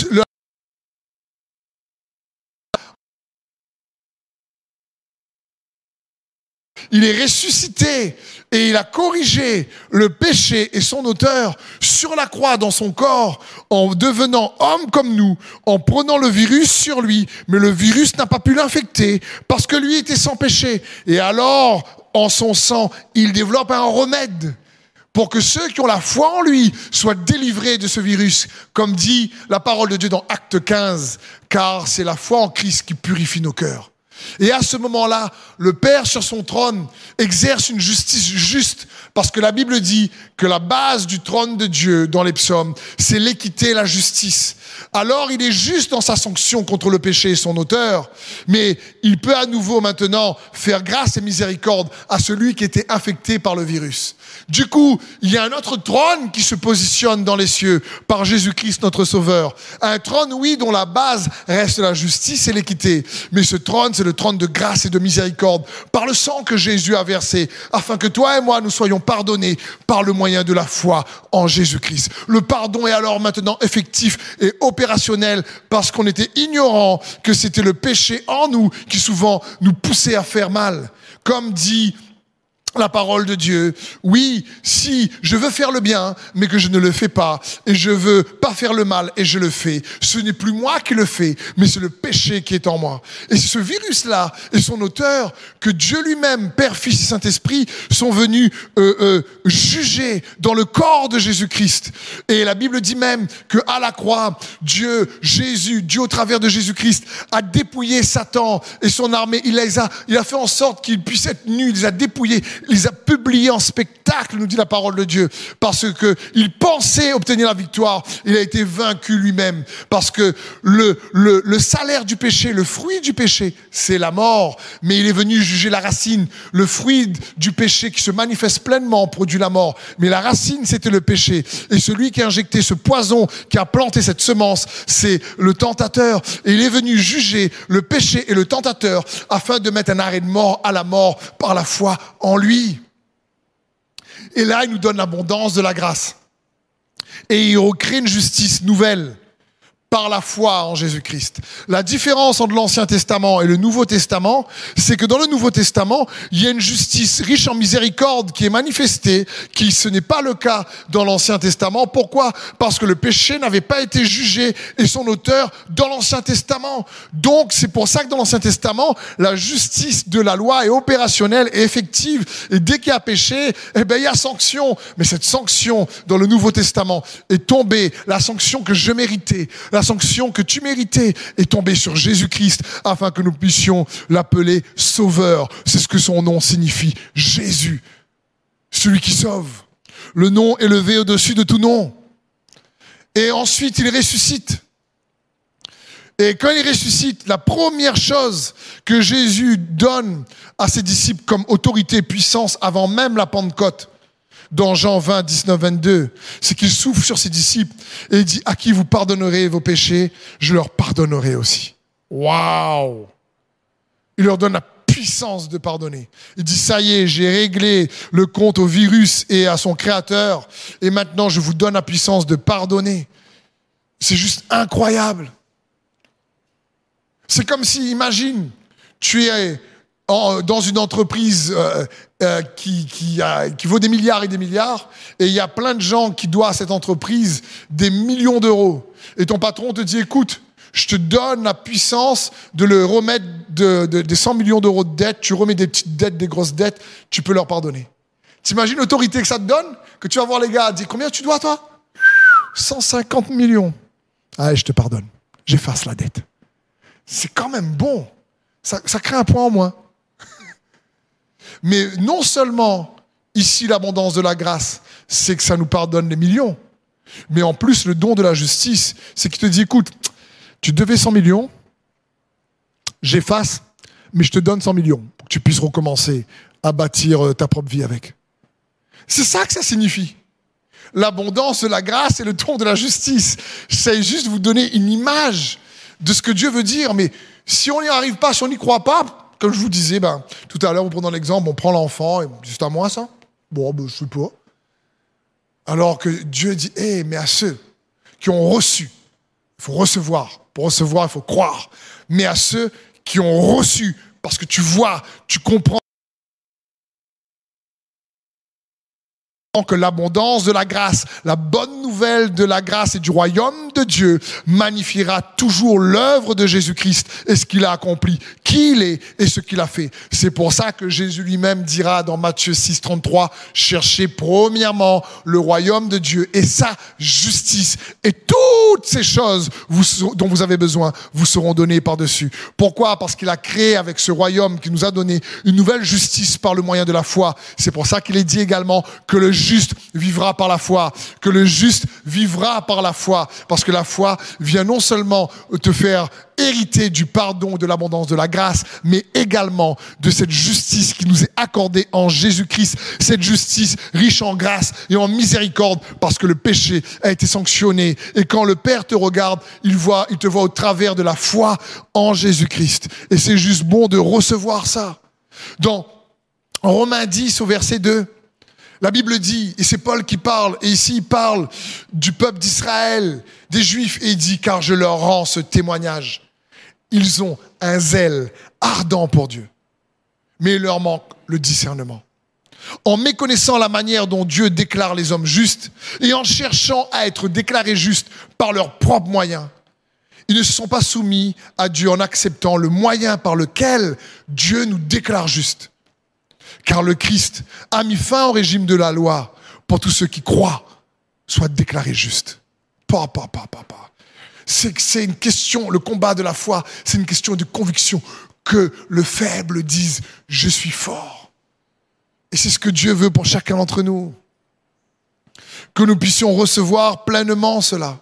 Speaker 1: il est ressuscité et il a corrigé le péché et son auteur sur la croix dans son corps en devenant homme comme nous, en prenant le virus sur lui. Mais le virus n'a pas pu l'infecter parce que lui était sans péché. Et alors, en son sang, il développe un remède pour que ceux qui ont la foi en lui soient délivrés de ce virus, comme dit la parole de Dieu dans Acte 15, car c'est la foi en Christ qui purifie nos cœurs. Et à ce moment-là, le Père sur son trône exerce une justice juste, parce que la Bible dit que la base du trône de Dieu dans les psaumes, c'est l'équité et la justice. Alors il est juste dans sa sanction contre le péché et son auteur, mais il peut à nouveau maintenant faire grâce et miséricorde à celui qui était infecté par le virus. Du coup, il y a un autre trône qui se positionne dans les cieux par Jésus-Christ notre Sauveur. Un trône, oui, dont la base reste la justice et l'équité. Mais ce trône, c'est le trône de grâce et de miséricorde par le sang que Jésus a versé, afin que toi et moi, nous soyons pardonnés par le moyen de la foi en Jésus-Christ. Le pardon est alors maintenant effectif et opérationnel parce qu'on était ignorant que c'était le péché en nous qui souvent nous poussait à faire mal. Comme dit la parole de Dieu, oui, si je veux faire le bien, mais que je ne le fais pas, et je veux pas faire le mal, et je le fais, ce n'est plus moi qui le fais, mais c'est le péché qui est en moi. Et c'est ce virus-là et son auteur que Dieu lui-même, Père, Fils et Saint-Esprit, sont venus juger dans le corps de Jésus-Christ. Et la Bible dit même que à la croix, Dieu au travers de Jésus-Christ, a dépouillé Satan et son armée. Il a fait en sorte qu'il puisse être nu, il les a dépouillés. Il les a publiés en spectacle, nous dit la parole de Dieu, parce qu'il pensait obtenir la victoire. Il a été vaincu lui-même, parce que le salaire du péché, le fruit du péché, c'est la mort. Mais il est venu juger la racine. Le fruit du péché qui se manifeste pleinement produit la mort. Mais la racine, c'était le péché. Et celui qui a injecté ce poison, qui a planté cette semence, c'est le tentateur. Et il est venu juger le péché et le tentateur afin de mettre un arrêt de mort à la mort par la foi en lui. Et là, il nous donne l'abondance de la grâce. Et il recrée une justice nouvelle par la foi en Jésus-Christ. La différence entre l'Ancien Testament et le Nouveau Testament, c'est que dans le Nouveau Testament, il y a une justice riche en miséricorde qui est manifestée, qui ce n'est pas le cas dans l'Ancien Testament. Pourquoi? Parce que le péché n'avait pas été jugé et son auteur dans l'Ancien Testament. Donc, c'est pour ça que dans l'Ancien Testament, la justice de la loi est opérationnelle et effective. Et dès qu'il y a péché, il y a sanction. Mais cette sanction dans le Nouveau Testament est tombée, la sanction que je méritais, la sanction que tu méritais est tombée sur Jésus-Christ afin que nous puissions l'appeler Sauveur. C'est ce que son nom signifie, Jésus, celui qui sauve. Le nom élevé au-dessus de tout nom. Et ensuite, il ressuscite. Et quand il ressuscite, la première chose que Jésus donne à ses disciples comme autorité et puissance avant même la Pentecôte, dans Jean 20, 19, 22, c'est qu'il souffle sur ses disciples et il dit, à qui vous pardonnerez vos péchés, je leur pardonnerai aussi. Waouh! Il leur donne la puissance de pardonner. Il dit, ça y est, j'ai réglé le compte au virus et à son créateur, et maintenant je vous donne la puissance de pardonner. C'est juste incroyable. C'est comme si, imagine, tu es dans une entreprise qui vaut des milliards et des milliards, et il y a plein de gens qui doivent à cette entreprise des millions d'euros. Et ton patron te dit, écoute, je te donne la puissance de le remettre des 100 millions d'euros de dettes, tu remets des petites dettes, des grosses dettes, tu peux leur pardonner. T'imagines l'autorité que ça te donne? Que tu vas voir les gars, dire combien tu dois toi? 150 millions. Allez, je te pardonne. J'efface la dette. C'est quand même bon. Ça crée un point en moins. Mais non seulement, ici, l'abondance de la grâce, c'est que ça nous pardonne les millions, mais en plus, le don de la justice, c'est qu'il te dit, écoute, tu devais 100 millions, j'efface, mais je te donne 100 millions pour que tu puisses recommencer à bâtir ta propre vie avec. C'est ça que ça signifie. L'abondance de la grâce et le don de la justice. J'essaie juste de vous donner une image de ce que Dieu veut dire, mais si on n'y arrive pas, si on n'y croit pas, comme je vous disais, tout à l'heure, en prenant l'exemple, on prend l'enfant, et juste à moi ça? Bon, je ne sais pas. Alors que Dieu dit, mais à ceux qui ont reçu, il faut recevoir. Pour recevoir, il faut croire. Mais à ceux qui ont reçu, parce que tu vois, tu comprends que l'abondance de la grâce, la bonne nouvelle de la grâce et du royaume de Dieu magnifiera toujours l'œuvre de Jésus-Christ et ce qu'il a accompli, qui il est et ce qu'il a fait. C'est pour ça que Jésus lui-même dira dans Matthieu 6, 33, « Cherchez premièrement le royaume de Dieu et sa justice et toutes ces choses dont vous avez besoin vous seront données par-dessus. » Pourquoi? Parce qu'il a créé avec ce royaume qui nous a donné une nouvelle justice par le moyen de la foi. C'est pour ça qu'il est dit également que le juste vivra par la foi, que le juste vivra par la foi, parce que la foi vient non seulement te faire hériter du pardon, de l'abondance de la grâce, mais également de cette justice qui nous est accordée en Jésus-Christ, cette justice riche en grâce et en miséricorde, parce que le péché a été sanctionné. Et quand le Père te regarde, il te voit au travers de la foi en Jésus-Christ. Et c'est juste bon de recevoir ça. Dans Romains 10 au verset 2, la Bible dit, et c'est Paul qui parle, et ici il parle du peuple d'Israël, des Juifs, et il dit, car je leur rends ce témoignage. Ils ont un zèle ardent pour Dieu, mais il leur manque le discernement. En méconnaissant la manière dont Dieu déclare les hommes justes, et en cherchant à être déclarés justes par leurs propres moyens, ils ne se sont pas soumis à Dieu en acceptant le moyen par lequel Dieu nous déclare justes. Car le Christ a mis fin au régime de la loi pour tous ceux qui croient soient déclarés justes. C'est une question, le combat de la foi, c'est une question de conviction que le faible dise « je suis fort ». Et c'est ce que Dieu veut pour chacun d'entre nous. Que nous puissions recevoir pleinement cela.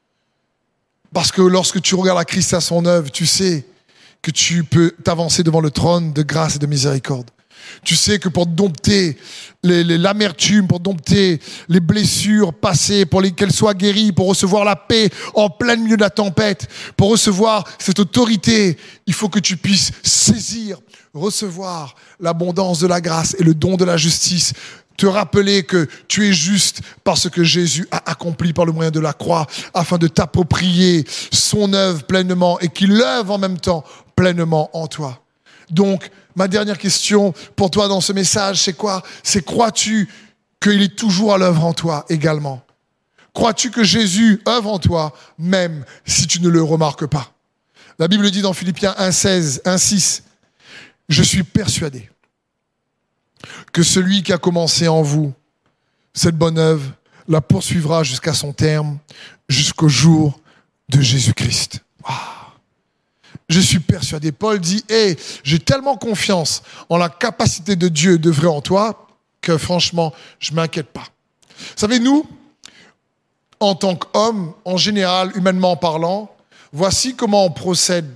Speaker 1: Parce que lorsque tu regardes la Christ à son œuvre, tu sais que tu peux t'avancer devant le trône de grâce et de miséricorde. Tu sais que pour dompter l'amertume, pour dompter les blessures passées, pour qu'elles soient guéries, pour recevoir la paix en plein milieu de la tempête, pour recevoir cette autorité, il faut que tu puisses saisir, recevoir l'abondance de la grâce et le don de la justice. Te rappeler que tu es juste parce que Jésus a accompli par le moyen de la croix afin de t'approprier son œuvre pleinement et qu'il œuvre en même temps pleinement en toi. Donc, ma dernière question pour toi dans ce message, c'est quoi? C'est crois-tu qu'il est toujours à l'œuvre en toi également? Crois-tu que Jésus œuvre en toi même si tu ne le remarques pas? La Bible dit dans Philippiens 1,16, 1,6, « Je suis persuadé que celui qui a commencé en vous cette bonne œuvre la poursuivra jusqu'à son terme, jusqu'au jour de Jésus-Christ. » Je suis persuadé. Paul dit, j'ai tellement confiance en la capacité de Dieu d'œuvrer en toi que franchement, je ne m'inquiète pas. Vous savez, nous, en tant qu'hommes, en général, humainement parlant, voici comment on procède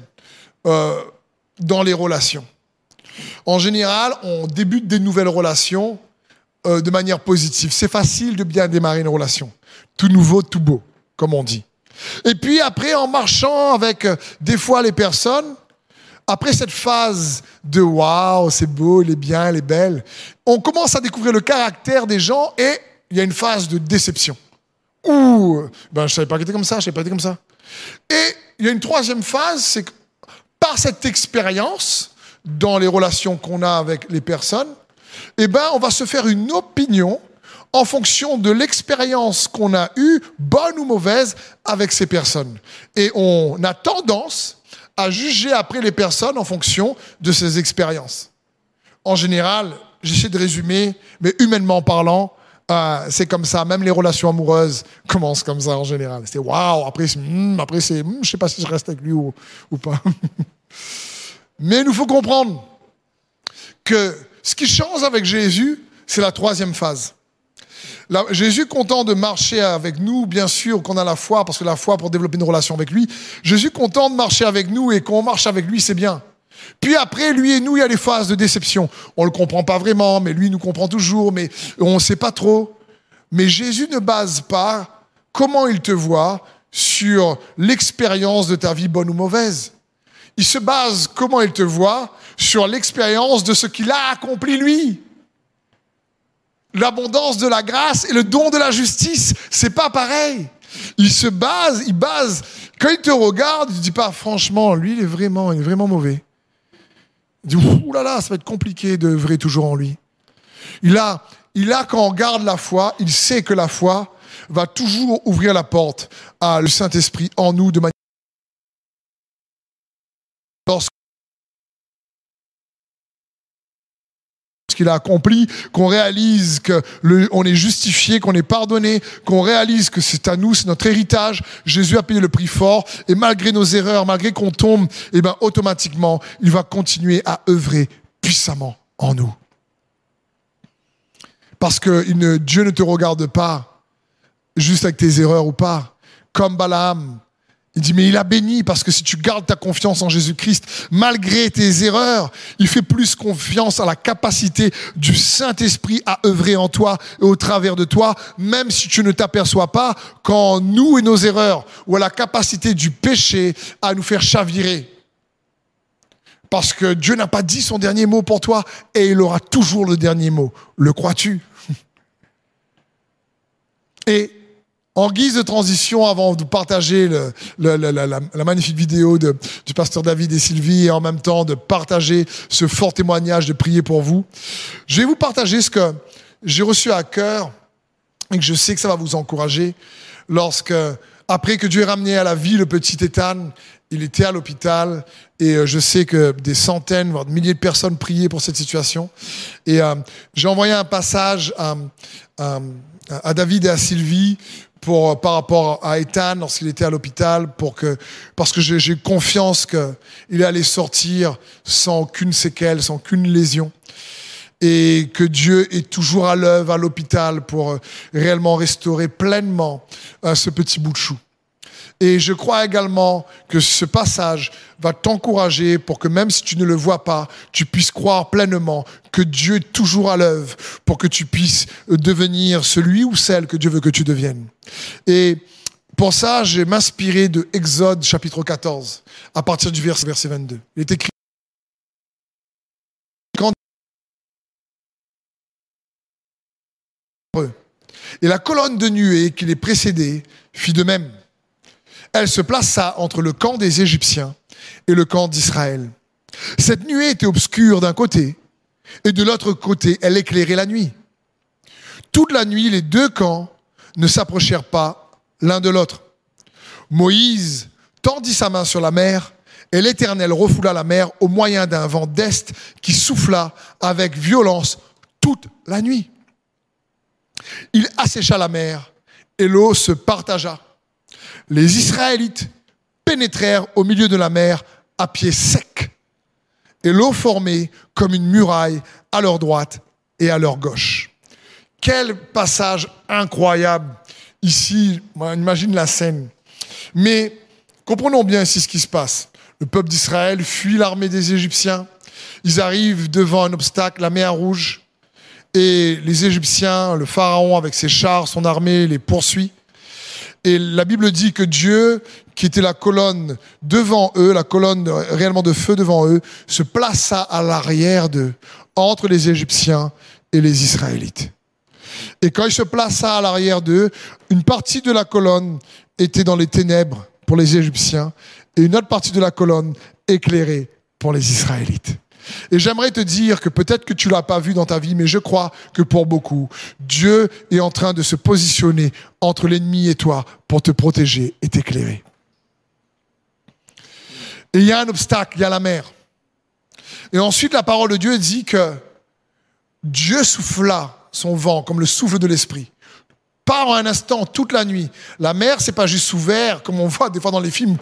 Speaker 1: dans les relations. En général, on débute des nouvelles relations de manière positive. C'est facile de bien démarrer une relation. Tout nouveau, tout beau, comme on dit. Et puis après, en marchant avec des fois les personnes, après cette phase de « waouh, c'est beau, il est bien, elle est belle », on commence à découvrir le caractère des gens et il y a une phase de déception. Ouh, je ne savais pas qu'il était comme ça, je ne savais pas qu'il était comme ça. Et il y a une troisième phase, c'est que par cette expérience, dans les relations qu'on a avec les personnes, on va se faire une opinion en fonction de l'expérience qu'on a eue, bonne ou mauvaise, avec ces personnes. Et on a tendance à juger après les personnes en fonction de ces expériences. En général, j'essaie de résumer, mais humainement parlant, c'est comme ça. Même les relations amoureuses commencent comme ça en général. C'est waouh, après c'est, je sais pas si je reste avec lui ou pas. Mais il nous faut comprendre que ce qui change avec Jésus, c'est la troisième phase. Là, Jésus content de marcher avec nous, bien sûr qu'on a la foi, parce que la foi pour développer une relation avec lui. Jésus content de marcher avec nous et qu'on marche avec lui, c'est bien. Puis après, lui et nous, il y a les phases de déception. On ne le comprend pas vraiment, mais lui nous comprend toujours, mais on ne sait pas trop. Mais Jésus ne base pas comment il te voit sur l'expérience de ta vie bonne ou mauvaise. Il se base comment il te voit sur l'expérience de ce qu'il a accompli lui. L'abondance de la grâce et le don de la justice, c'est pas pareil. Il base, quand il te regarde, il ne dit pas franchement, lui il est vraiment mauvais. Il dit, ouh là là, ça va être compliqué d'œuvrer toujours en lui. Il a, quand on garde la foi, il sait que la foi va toujours ouvrir la porte à le Saint-Esprit en nous de manière. Ce qu'il a accompli, qu'on réalise qu'on est justifié, qu'on est pardonné, qu'on réalise que c'est à nous, c'est notre héritage. Jésus a payé le prix fort et malgré nos erreurs, malgré qu'on tombe, automatiquement, il va continuer à œuvrer puissamment en nous. Parce que Dieu ne te regarde pas juste avec tes erreurs ou pas. Comme Balaam, il dit, mais il a béni parce que si tu gardes ta confiance en Jésus-Christ, malgré tes erreurs, il fait plus confiance à la capacité du Saint-Esprit à œuvrer en toi et au travers de toi, même si tu ne t'aperçois pas qu'en nous et nos erreurs, ou à la capacité du péché à nous faire chavirer. Parce que Dieu n'a pas dit son dernier mot pour toi et il aura toujours le dernier mot. Le crois-tu? Et en guise de transition, avant de partager la magnifique vidéo du pasteur David et Sylvie et en même temps de partager ce fort témoignage, de prier pour vous, je vais vous partager ce que j'ai reçu à cœur et que je sais que ça va vous encourager. Après que Dieu ait ramené à la vie le petit Ethan, il était à l'hôpital et je sais que des centaines, voire des milliers de personnes priaient pour cette situation. Et j'ai envoyé un passage à David et à Sylvie par rapport à Ethan lorsqu'il était à l'hôpital, parce que j'ai confiance qu'il allait sortir sans aucune séquelle, sans aucune lésion. Et que Dieu est toujours à l'œuvre à l'hôpital pour réellement restaurer pleinement ce petit bout de chou. Et je crois également que ce passage va t'encourager pour que même si tu ne le vois pas, tu puisses croire pleinement que Dieu est toujours à l'œuvre pour que tu puisses devenir celui ou celle que Dieu veut que tu deviennes. Et pour ça, je vais m'inspirer de Exode chapitre 14, à partir du verset 22. Il est écrit et la colonne de nuée qui les précédait fit de même. Elle se plaça entre le camp des Égyptiens et le camp d'Israël. Cette nuée était obscure d'un côté, et de l'autre côté, elle éclairait la nuit. Toute la nuit, les deux camps ne s'approchèrent pas l'un de l'autre. Moïse tendit sa main sur la mer, et l'Éternel refoula la mer au moyen d'un vent d'est qui souffla avec violence toute la nuit. Il assécha la mer, et l'eau se partagea. Les Israélites pénétrèrent au milieu de la mer à pied sec, et l'eau formait comme une muraille à leur droite et à leur gauche. Quel passage incroyable ici, on imagine la scène. Mais comprenons bien ici ce qui se passe. Le peuple d'Israël fuit l'armée des Égyptiens. Ils arrivent devant un obstacle, la mer Rouge, et les Égyptiens, le pharaon avec ses chars, son armée les poursuit. Et la Bible dit que Dieu, qui était la colonne devant eux, la colonne réellement de feu devant eux, se plaça à l'arrière d'eux, entre les Égyptiens et les Israélites. Et quand il se plaça à l'arrière d'eux, une partie de la colonne était dans les ténèbres pour les Égyptiens et une autre partie de la colonne éclairée pour les Israélites. Et j'aimerais te dire que peut-être que tu ne l'as pas vu dans ta vie, mais je crois que pour beaucoup, Dieu est en train de se positionner entre l'ennemi et toi pour te protéger et t'éclairer. Et il y a un obstacle, il y a la mer. Et ensuite, la parole de Dieu dit que Dieu souffla son vent comme le souffle de l'esprit. Pas en un instant, toute la nuit. La mer, c'est pas juste ouvert, comme on voit des fois dans les films.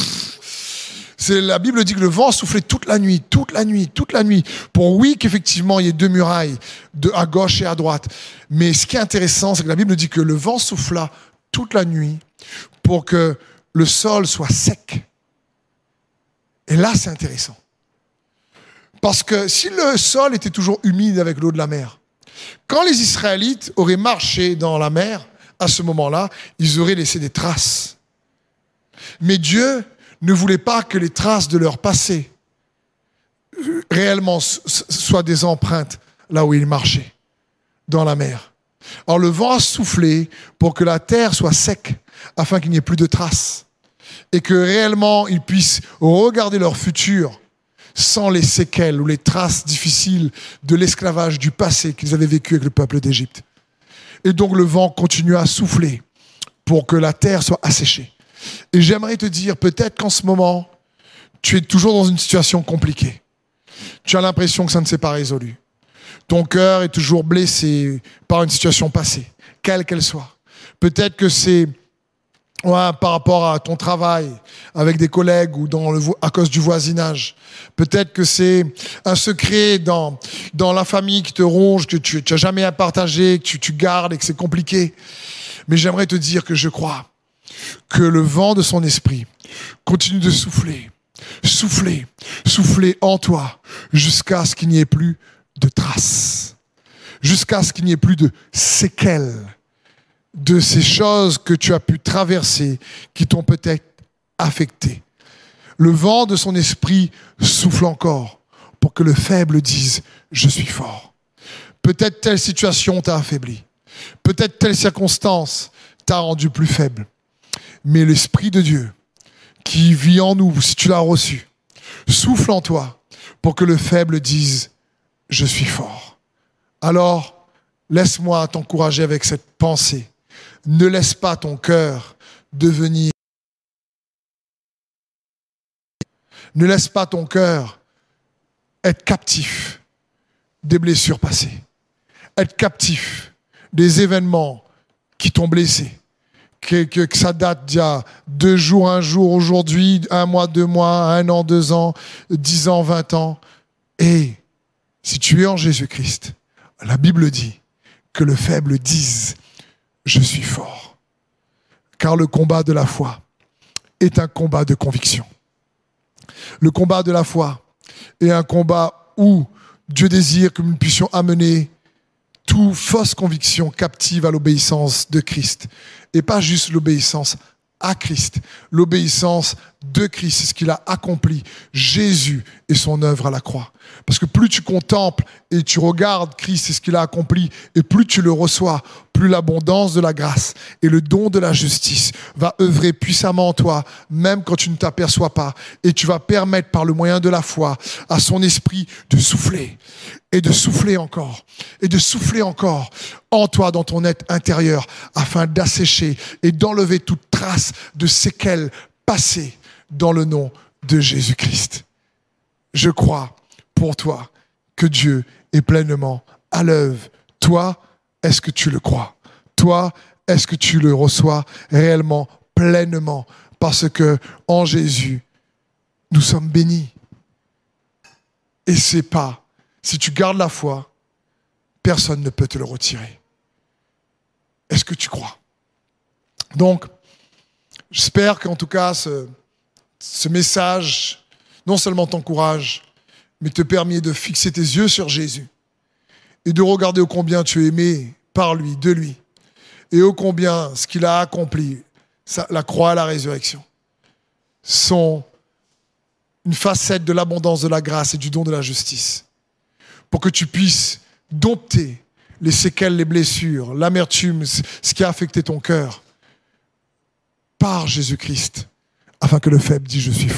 Speaker 1: La Bible dit que le vent soufflait toute la nuit. Pour oui, qu'effectivement, il y ait 2 murailles, à gauche et à droite. Mais ce qui est intéressant, c'est que la Bible dit que le vent souffla toute la nuit pour que le sol soit sec. Et là, c'est intéressant. Parce que si le sol était toujours humide avec l'eau de la mer, quand les Israélites auraient marché dans la mer, à ce moment-là, ils auraient laissé des traces. Mais Dieu ne voulait pas que les traces de leur passé réellement soient des empreintes là où ils marchaient, dans la mer. Alors le vent a soufflé pour que la terre soit sec, afin qu'il n'y ait plus de traces. Et que réellement ils puissent regarder leur futur sans les séquelles ou les traces difficiles de l'esclavage du passé qu'ils avaient vécu avec le peuple d'Égypte. Et donc le vent continue à souffler pour que la terre soit asséchée. Et j'aimerais te dire, peut-être qu'en ce moment, tu es toujours dans une situation compliquée. Tu as l'impression que ça ne s'est pas résolu. Ton cœur est toujours blessé par une situation passée, quelle qu'elle soit. Peut-être que c'est par rapport à ton travail, avec des collègues ou à cause du voisinage. Peut-être que c'est un secret dans la famille qui te ronge, que tu n'as jamais à partager, que tu gardes et que c'est compliqué. Mais j'aimerais te dire que je crois que le vent de son esprit continue de souffler en toi jusqu'à ce qu'il n'y ait plus de traces, jusqu'à ce qu'il n'y ait plus de séquelles de ces choses que tu as pu traverser, qui t'ont peut-être affecté. Le vent de son esprit souffle encore pour que le faible dise « Je suis fort ». Peut-être telle situation t'a affaibli. Peut-être telle circonstance t'a rendu plus faible. Mais l'Esprit de Dieu qui vit en nous, si tu l'as reçu, souffle en toi pour que le faible dise « Je suis fort ». Alors, laisse-moi t'encourager avec cette pensée. Ne laisse pas ton cœur devenir. Ne laisse pas ton cœur être captif des blessures passées. Être captif des événements qui t'ont blessé. Que ça date d'il y a 2 jours, 1 jour, aujourd'hui, 1 mois, 2 mois, 1 an, 2 ans, 10 ans, 20 ans. Et si tu es en Jésus-Christ, la Bible dit que le faible dise « Je suis fort ». Car le combat de la foi est un combat de conviction. Le combat de la foi est un combat où Dieu désire que nous puissions amener toute fausse conviction captive à l'obéissance de Christ. Et pas juste l'obéissance à Christ, l'obéissance de Christ, c'est ce qu'il a accompli, Jésus et son œuvre à la croix. Parce que plus tu contemples et tu regardes Christ et ce qu'il a accompli, et plus tu le reçois, plus l'abondance de la grâce et le don de la justice va œuvrer puissamment en toi, même quand tu ne t'aperçois pas. Et tu vas permettre par le moyen de la foi à son esprit de souffler, et de souffler encore, et de souffler encore en toi, dans ton être intérieur, afin d'assécher et d'enlever toute trace de séquelles passées dans le nom de Jésus-Christ. Je crois pour toi que Dieu est pleinement à l'œuvre. Toi, est-ce que tu le crois? Toi, est-ce que tu le reçois réellement, pleinement? Parce que en Jésus, nous sommes bénis. Et c'est pas, si tu gardes la foi, personne ne peut te le retirer. Est-ce que tu crois? Donc, j'espère qu'en tout cas, ce message, non seulement t'encourage, mais te permet de fixer tes yeux sur Jésus et de regarder ô combien tu es aimé par lui, de lui, et ô combien ce qu'il a accompli, la croix et la résurrection, sont une facette de l'abondance de la grâce et du don de la justice, pour que tu puisses dompter les séquelles, les blessures, l'amertume, ce qui a affecté ton cœur, par Jésus-Christ, afin que le faible dise « Je suis fort ».